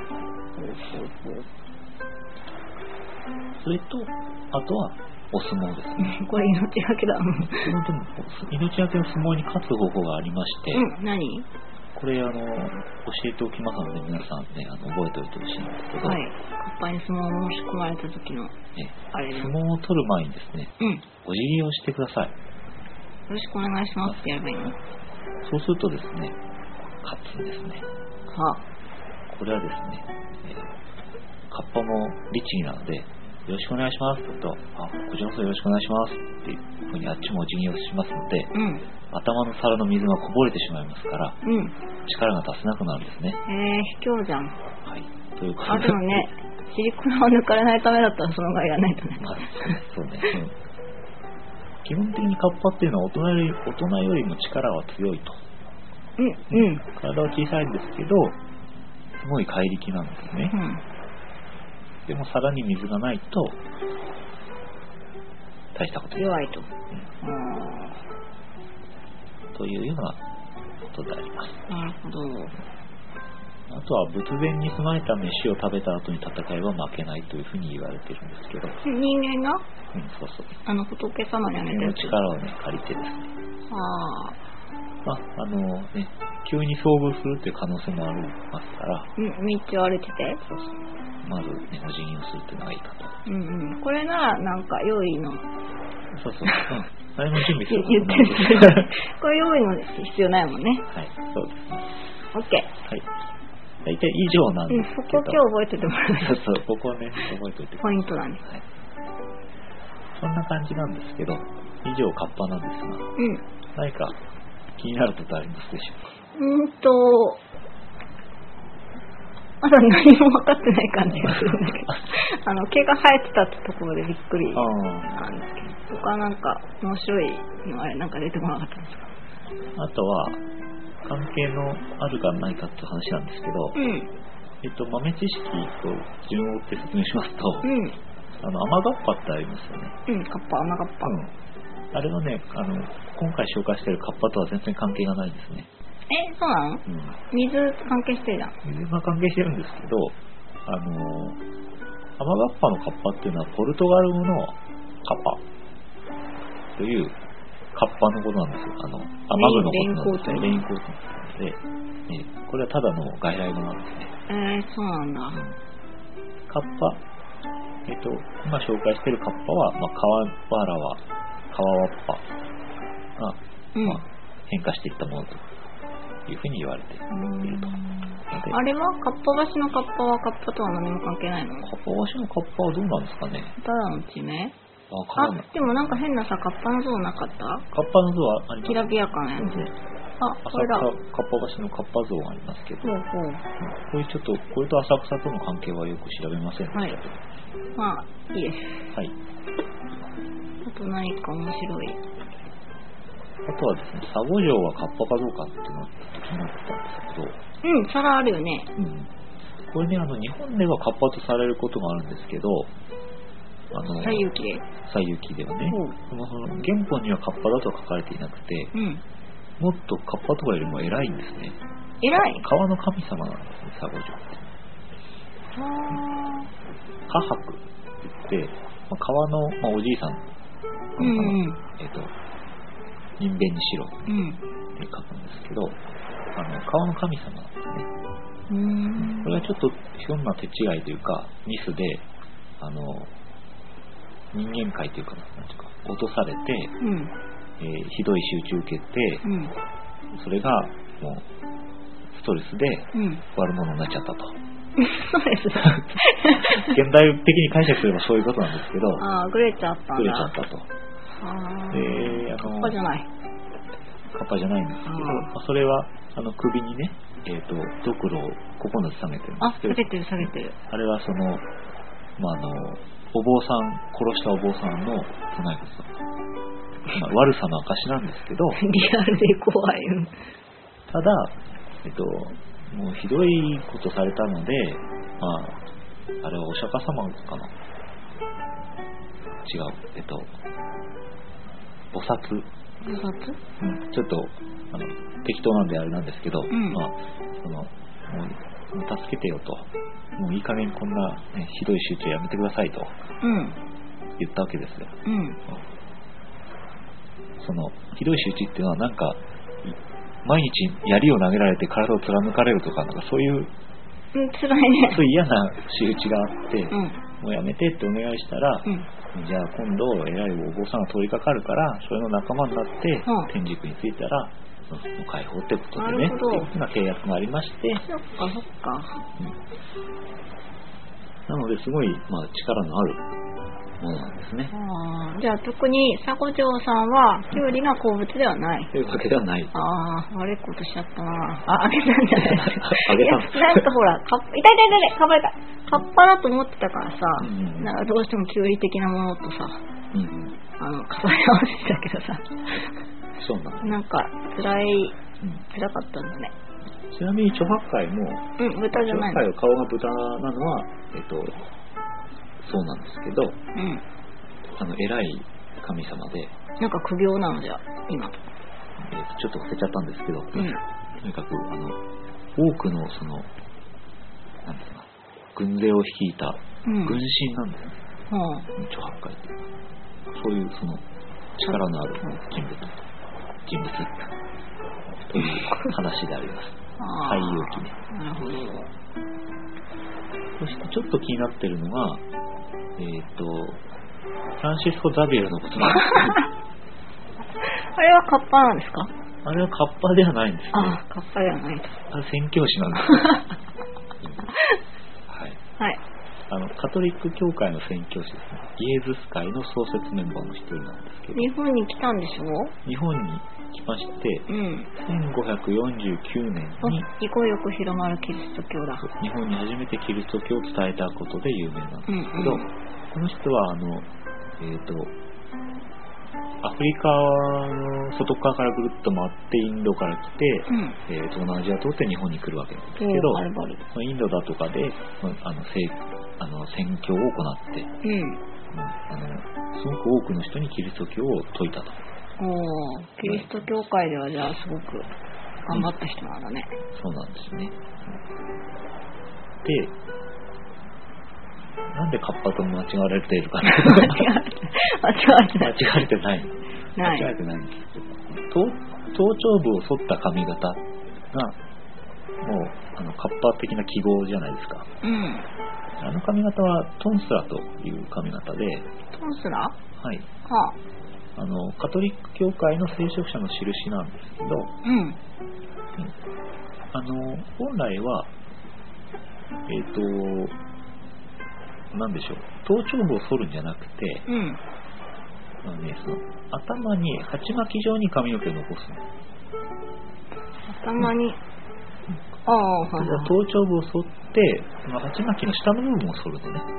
それとあとはお相撲ですね。 これ命がけだ。 命がけの相撲に勝つ方法がありまして、 何？ これ教えておきますので皆さんね覚えておいてほしいんですけど、 カッパに相撲を申し込まれた時のあれで、 相撲を取る前にですね、お辞儀をしてください。よろしくお願いしますってやればいいの？ そうするとですね、勝つんですね。これはですね、カッパも律儀なので、よろしくお願いしますと言うと、こちらこそよろしくお願いしますっていうふうにあっちもお辞儀をしますので、頭の皿の水がこぼれてしまいますから、力が出せなくなるんですね。 卑怯じゃん。 ということで。 でもね、尻子玉を抜かれないためだったらそのがいらないとね。 そうね。基本的にカッパっていうのは大人よりも力は強いと。体は小さいんですけど、すごい怪力なんですね。でも皿に水がないと大したことない。 弱いと。 というようなことであります。 なるほど。 あとは仏前に備えた飯を食べた後に戦えば負けないというふうに言われてるんですけど。 人間が？ そうそう。 仏様にあげてる力をね借りてですね。急に遭遇するという可能性もありますから。 道を歩いてて。 そうそう。まずねお辞儀をするというのがいいかと。 これならなんか用意の。 そう。何も準備する。 言ってる。これ用意の必要ないもんね。 そうですね。 OK。 大体以上なんですけど。 そこ今日覚えててもらえない。 そう、ここね、覚えておいて。 ポイントなんです。 そんな感じなんですけど、以上カッパなんですが、何か気になることありますでしょうか？ まだ何も分かってない感じがするんだけど毛が生えてたってところでびっくりなんですけど、他なんか面白いのあれなんか出てこなかったんですか？ あとは関係のあるかないかっていう話なんですけど、豆知識と順を追って説明しますと、雨がっぱってありますよね。 カッパ、雨がっぱ。 あれはね、今回紹介しているカッパとは全然関係がないんですね。 そうなの？水関係してるじゃん。 水が関係してるんですけど、雨がっぱのカッパっていうのはポルトガル語のカッパというカッパのことなんですよ。雨具のことなんですね。レインコートで、これはただの外来語なんですね。 そうなんだ。 カッパ、今紹介しているカッパは、カワワッパが、変化していったものというふうに言われていると。 あれはカッパ橋のカッパはカッパとは何も関係ないの？ カッパ橋のカッパはどうなんですかね。 ただの地名？でもなんか変なカッパの像なかった？ カッパの像はあります。 きらびやかなやつ。これだ。 カッパ橋のカッパ像がありますけど、これと浅草との関係はよく調べませんでしたけど。 いいです。あと何か面白い。 あとはですね、佐護城はカッパかどうかっていうのが気になってたんですけど。 皿あるよね。 これね、日本ではカッパとされることがあるんですけど、 西遊記ではね、その原本にはカッパだとは書かれていなくて、もっとカッパとかよりも偉いんですね。 偉い？ 川の神様なんですね、沙悟浄って。カハクって言って、川の、おじいさん、人弁にしろって書くんですけど、川の神様なんですね。これはちょっとひょんな手違いというかミスで人間界というか落とされて、ひどい仕打ち受けて、それがもうストレスで悪者になっちゃったと。 そうですね。 現代的に解釈すればそういうことなんですけど、 ぐれちゃったんだ。 ぐれちゃったと。 カッパじゃない。 カッパじゃないんですけど、それは首にね、ドクロを9つ下げてるんですけど、 下げてる。 あれはその、お坊さん、殺したお坊さんの頭蓋骨だと。悪さの証なんですけど、 リアルで怖い。 ただ、もうひどいことされたので、あれはお釈迦様かな、違う、菩薩、ちょっと適当なんであれなんですけど、もう助けてよと、もういい加減こんな、ひどい仕打ちをやめてくださいと言ったわけですよ。そのひどい仕打ちっていうのはなんか毎日槍を投げられて体を貫かれるとか、なんかそういう、 辛いね、 そういう嫌な仕打ちがあって、もうやめてってお願いしたら、じゃあ今度偉いお坊さんが通りかかるからそれの仲間になって天竺に着いたらその解放ってことでねっていうふうな契約がありまして、 そっか、 なのですごい、力のあるものなんですね。 じゃあ特に沙悟浄さんはキュウリが好物ではないというわけではない。 悪いことしちゃったな。あげたんじゃないですか。 あげたなんかほら、痛いかばれた。カッパだと思ってたからさ、なんかどうしてもキュウリ的なものとさ、重ね合わせてたけどさ、 そうなんか辛かったんだね。 ちなみに猪八戒も、 豚じゃないの。 猪八戒は顔が豚なのはそうなんですけど、偉い神様で、 なんか苦行なのじゃ今、 ちょっと忘れちゃったんですけど、とにかく多くのそのなんですか、軍勢を率いた軍神なんですね。猪八戒ってそういうその力のある人物という話であります。西遊記ね。 なるほど。 そしてちょっと気になってるのが、フランシスコ・ザビエルのことなんですけどあれはカッパなんですか？ あれはカッパではないんですね。 カッパではないと。 あれ宣教師なんですはい。 カトリック教会の宣教師ですね。イエズス会の創設メンバーの一人なんですけど、 日本に来たんでしょ？ 日本に来まして、1549年に勢いよく広まるキリスト教だ。 日本に初めてキリスト教を伝えたことで有名なんですけど、この人はアフリカの外側からぐるっと回ってインドから来て、東南アジアを通って日本に来るわけなんですけど、インドだとかで宣教を行って、すごく多くの人にキリスト教を説いたと。 キリスト教会ではじゃあすごく頑張った人なんだね。 そうなんですね。で、なんでカッパと間違われているかっていうと間違われてないんですけど、頭頂部を剃った髪型がもうカッパ的な記号じゃないですか。あの髪型はトンスラという髪型で。 トンスラ？ はい。カトリック教会の聖職者の印なんですけど、本来はなんでしょう、頭頂部を剃るんじゃなくて、その頭に鉢巻き状に髪の毛を残すの。 頭に、 頭頂部を剃って、その鉢巻きの下の部分を剃るのね。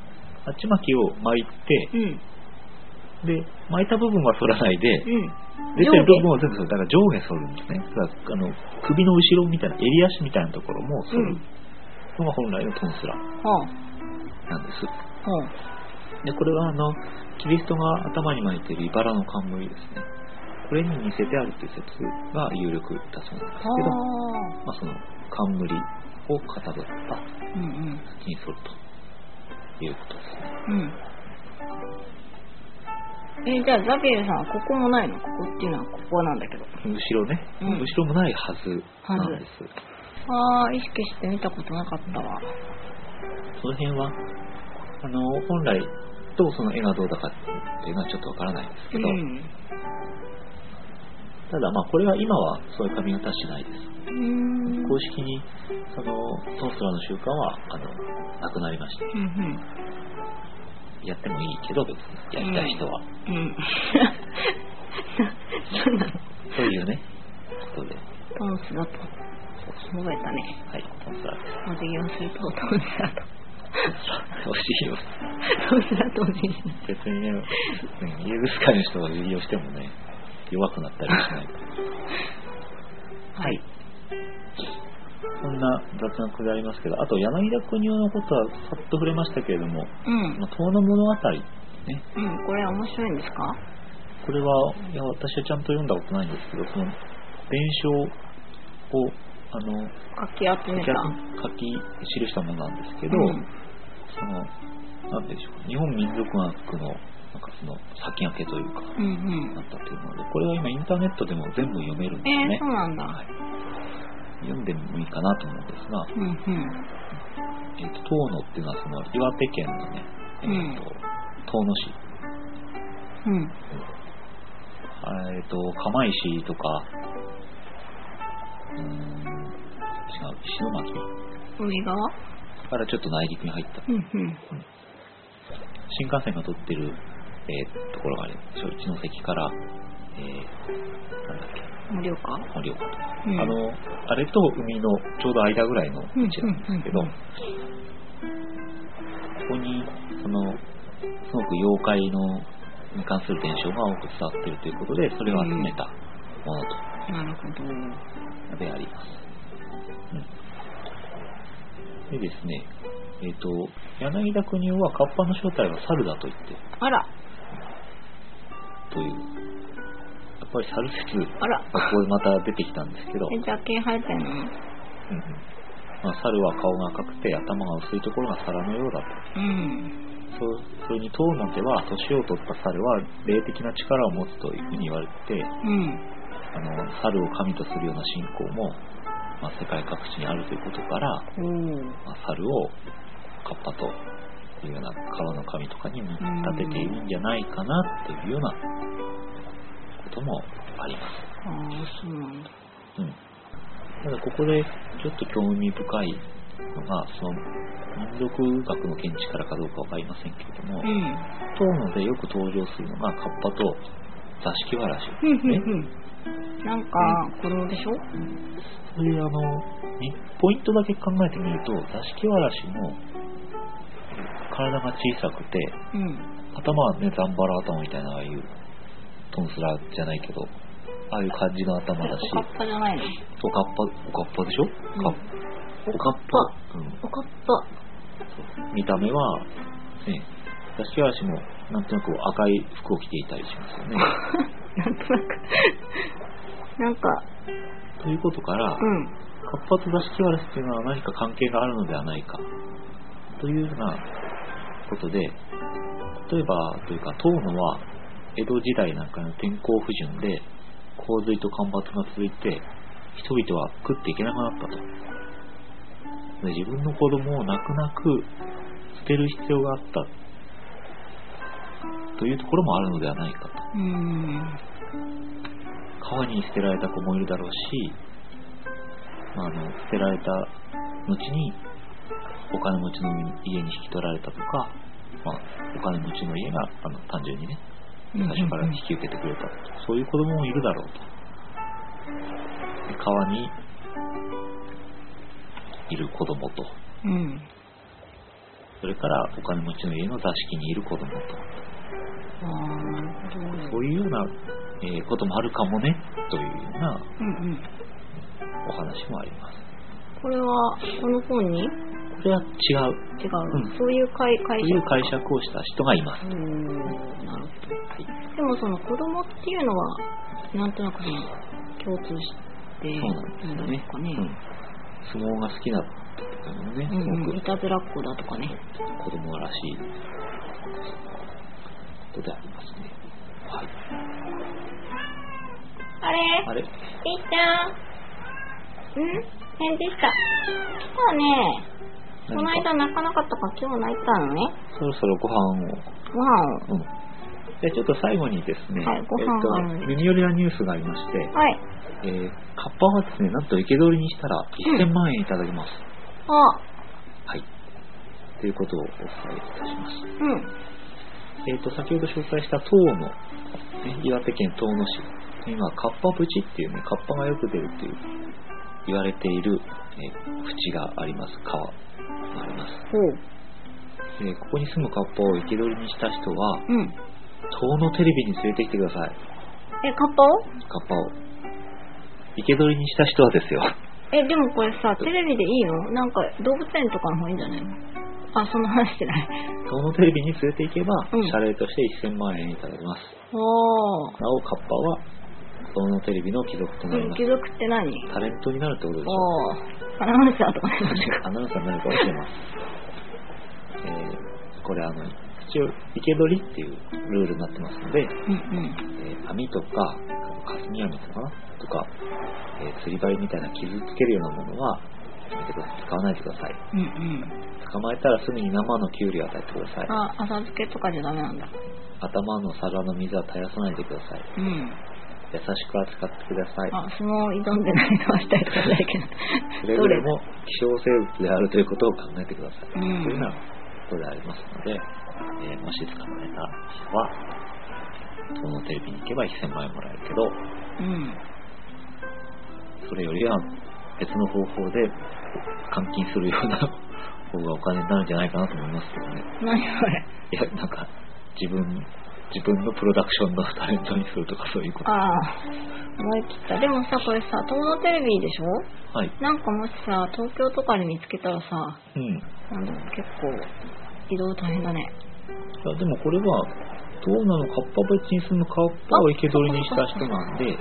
鉢巻きを巻いて、で巻いた部分は剃らないで、 出てる部分は全部だから上下剃るんですね。だから首の後ろみたいな襟足みたいなところも剃るのが本来のトンスラなんです。でこれはキリストが頭に巻いている茨の冠ですね。これに似せてあるという説が有力だそうなんですけど、その冠をかたどった先に剃るということですね。 じゃあザビエルさんはここもないの？ここっていうのはここなんだけど。 後ろね。後ろもないはずなんです。 意識して見たことなかったわ。 その辺は本来とその絵がどうだかっていうのはちょっとわからないんですけど、ただこれは今はそういう髪型はしないです。公式にそのトンスラの習慣はなくなりました。やってもいいけど別にやりたい人は、そういうねことでトンスラと覚えたね。 はい、トンスラです。 お辞儀をするとトンスラとお辞儀をトンスラとお辞儀別にね、イエズス会の人がお辞儀をしてもね弱くなったりしないはい、そんな雑なくだりますけど、あと柳田国男のことはさっと触れましたけれども、遠野物語ね、 これ面白いんですか？ これはいや私はちゃんと読んだことないんですけど、その伝承を書き記したものなんですけど、そのなんでしょう、日本民族学のなんかその先駆けというか、なったというので、これは今インターネットでも全部読めるんですね。 そうなんだ。 はい、読んでもいいかなと思うんですが、遠野っていうのはその岩手県のね、遠野市、釜石とか、違う石巻海側からちょっと内陸に入った、新幹線が通ってる、ところがある。一関から、なんだっけ、 盛岡とか、 あれと海のちょうど間ぐらいの道なんですけど、ここにすごく妖怪に関する伝承が多く伝わっているということで、それを集めたものと、 なるほどであります。でですね、柳田国男はカッパの正体は猿だと言って、という、やっぱり猿説がここでまた出てきたんですけど、 じゃあ毛生えてんの？ 猿は顔が赤くて頭が薄いところが皿のようだと。それに遠野では年を取った猿は霊的な力を持つというふうに言われて、猿を神とするような信仰も、世界各地にあるということから、猿をカッパというような川の神とかに見立てているんじゃないかなというようなこともあります。 そうなんだ。 ただここでちょっと興味深いのが、その民族学の見地からかどうかわかりませんけれども、遠野でよく登場するのがカッパと座敷わらしですね。 なんか子供でしょ？ それでポイントだけ考えてみると、座敷わらしも体が小さくて、頭はねザンバラ頭みたいな、ああいうトンスラじゃないけど、ああいう感じの頭だし、 おかっぱじゃないの？ おかっぱでしょ？おかっぱ。見た目はね、座敷わらしもなんとなく赤い服を着ていたりしますよね。 なんとなくなんかということから、カッパと座敷わらしというのは何か関係があるのではないかというようなことで、例えばというか遠野は江戸時代なんかの天候不順で洪水と干ばつが続いて人々は食っていけなくなったと。で自分の子供を泣く泣く捨てる必要があったというところもあるのではないかと。川に捨てられた子もいるだろうし、捨てられた後にお金持ちの家に引き取られたとか、お金持ちの家が単純にね最初から引き受けてくれたと、そういう子供もいるだろうと。川にいる子供と、それからお金持ちの家の座敷にいる子供と、そういうようなこともあるかもねというようなお話もあります。 これはこの本に？ これは違う、 そういう解釈をした人がいます。 なるほど。でもその子供っていうのはなんとなく共通してそうなんですよね。相撲が好きなとかもね、 いたずらっ子だとかね、 子供らしいことでありますね。はい。 あれ？いいちゃん。返事した。来たね。この間泣かなかったから今日泣いたのね。 そろそろご飯を。でちょっと最後にですね、耳寄りなニュースがありまして、カッパはですね、なんと生け捕りにしたら1000万円いただきます。はい。ということをお伝えいたします。先ほど紹介した遠野、岩手県遠野市、今カッパ淵っていうね、カッパがよく出るっていう言われている淵があります。川があります。ここに住むカッパを生け捕りにした人は、遠野テレビに連れてきてください。 カッパを生け捕りにした人はですよ。 でもこれさ、テレビでいいの？なんか動物園とかの方がいいんじゃないの？その話してない。 遠野テレビに連れて行けば、謝礼として1000万円いただきます。なおカッパは遠野テレビの貴族となります。 貴族って何？ タレントになるってことでしょう。アナウンサーとかね。 アナウンサーになるかもしれません。これ一応生け捕りっていうルールになってますので、網とか霞網とか、釣り針みたいな傷つけるようなものはやめてください。使わないでください。捕まえたらすぐに生のキュウリを与えてください。 浅漬けとかじゃダメなんだ。 頭の皿の水は絶やさないでください。優しく扱ってください。 相撲挑んでないのはしたいとかじゃないけど。 それぞれも希少生物であるということを考えてください。というようなことでありますので、もし捕まえた人はそのテレビに行けば1000万円もらえるけど、それよりは別の方法で換金するような方がお金になるんじゃないかなと思いますけどね。 何それ？ いや、なんか自分のプロダクションのタレントにするとかそういうこと。 思い切った。でもさ、これさ、遠野テレビでしょ？なんかもしさ、東京とかで見つけたらさ、結構移動大変だね。 いやでもこれは遠野のカッパ淵に住むカッパを生け捕りにした人なんで、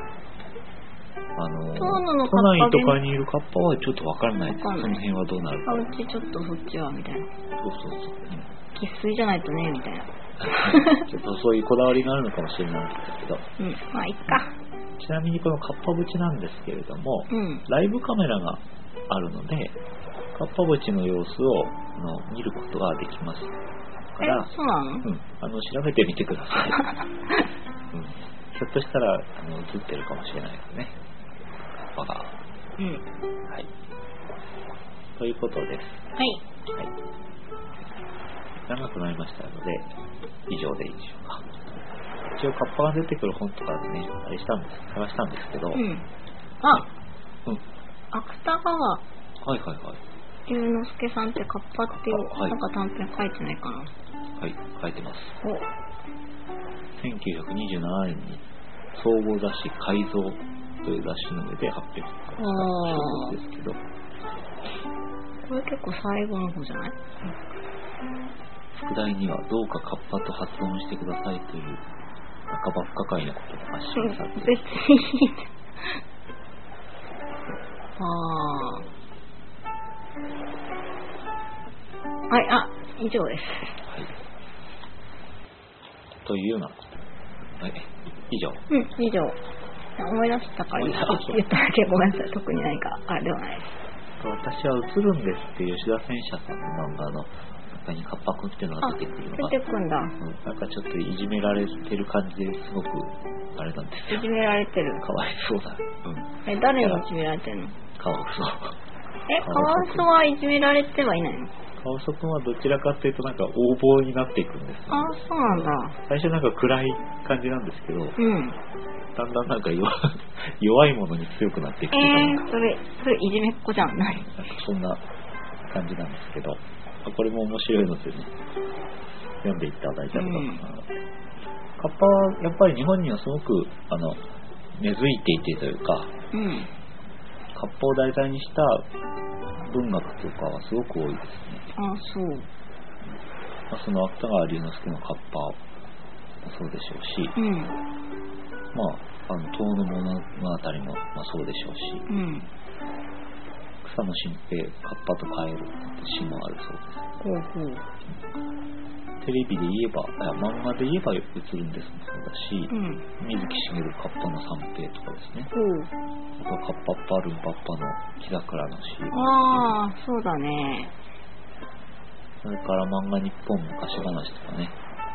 都内とかにいるカッパはちょっと分からないです。その辺はどうなるか。 うちちょっとそっちはみたいな。 そう。 生粋じゃないとねみたいな。 ちょっとそういうこだわりがあるのかもしれないんですけど。 まあいっか。 ちなみにこのカッパ淵なんですけれども、ライブカメラがあるので、カッパ淵の様子を見ることができますから、 そうなの？ 調べてみてください。ひょっとしたら映ってるかもしれないですね。カッパが。はい。ということです。 はい。 長くなりましたので以上でいいでしょうか。一応カッパが出てくる本とかでね、探したんですけど、 芥川龍之介さんってカッパっていうなんか短編書いてないかな。 書いてます。1927年に総合雑誌改造という雑誌の上で発表した小説ですけど、 これ結構最後の方じゃない？ 副題にはどうかカッパと発音してくださいという半ば不可解なことが発信されている。 別に以上です。 というような。以上。 以上。思い出したから言っただけごめんなさい。特に何かあれではないです。 私は映るんですっていう吉田戦車さんの漫画の中にカッパくんっていうのが出てくるのが、 出てくんだ。 なんかちょっといじめられてる感じですごくあれなんですよ。 いじめられてる。 かわいそうだ。 誰にいじめられてるの？ カワウソ。 カワウソはいじめられてはいないの？ カワウソくんはどちらかというとなんか横暴になっていくんですよ、ね。 そうなんだ。 最初なんか暗い感じなんですけど、だんだんなんか弱いものに強くなっていく。 それいじめっ子じゃん。何？ そんな感じなんですけど、これも面白いのでね、読んでいただいたらとか、 カッパはやっぱり日本にはすごく根付いていてというか、カッパを題材にした文学とかはすごく多いですね。 そう。 その芥川龍之介のカッパもそうでしょうし、遠野物語もそうでしょうし、草野心平カッパとカエルって詩もあるそうです。テレビで言えば漫画で言えば映るんですもそうだし、水木しげるカッパの三平とかですね。あとカッパッパルンパッパの木桜の詩。 そうだね。 それから漫画日本昔話とかね。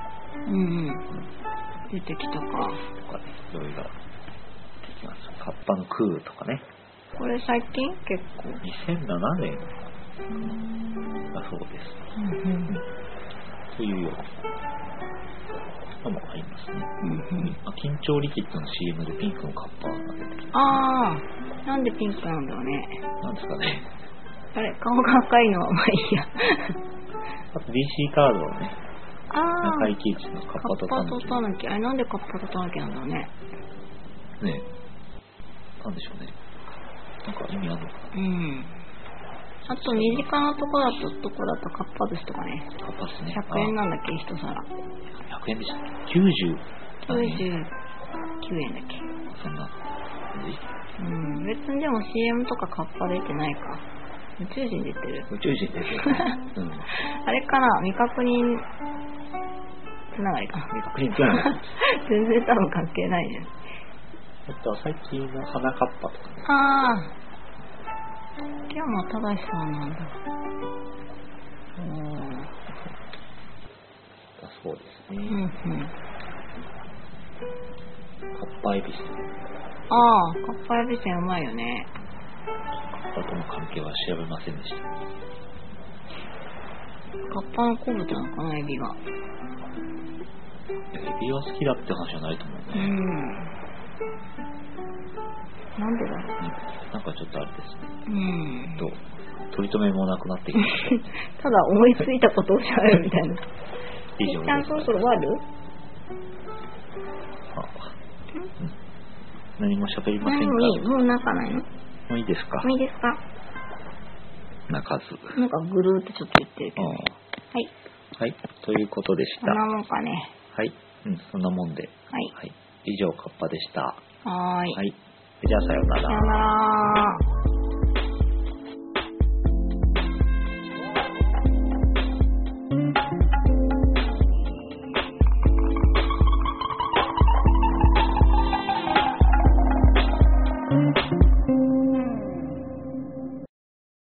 出てきたか。 とかね、いろいろ出てきます。カッパの空とかね。 これ最近結構。 2007年だそうです。というようなのもありますね。緊張リキッドの CM でピンクのカッパが出てきて。 なんでピンクなんだろうね。 なんですかね。 あれ、顔が赤いのはまあいいや。 あと DC カードはね、中井貴一のカッパとタヌキ。 あれなんでカッパとタヌキなんだろうね。 ねえ、なんでしょうね。なんか意味あるのかな。 あと身近なとこだとカッパ寿司とかね。 カッパ寿司ね。 100円なんだっけ、一皿。 100円でしたっけ。99 円だっけ。 そんな感じ。 別にでも CM とかカッパ出てないか。宇宙人出てる。 宇宙人出てる。 あれかな、未確認つながりかな。 未確認つながり。 全然多分関係ないね。 最近の花カッパとかね。 秋山正さんなんだ。 そうですね。カッパエビス。 カッパエビせんうまいよね。 カッパとの関係は調べませんでした。 カッパの好物なのかな、エビが。 エビは好きだって話はないと思うね。 なんでだろう。 なんかちょっとあれですね。取り留めもなくなってきました。 ただ思いついたことをしゃべるみたいな。 以上です。 ちゃんそろそろ終わる？ 何も喋りませんか？ もう泣かないの？もういいですか？ もういいですか？ 泣かず。 なんかぐるーってちょっと言ってるけど。はい。 ということでした。 そんなもんかね。 はい。そんなもんで。以上カッパでした。 はい。 じゃあさようなら。 さようなら。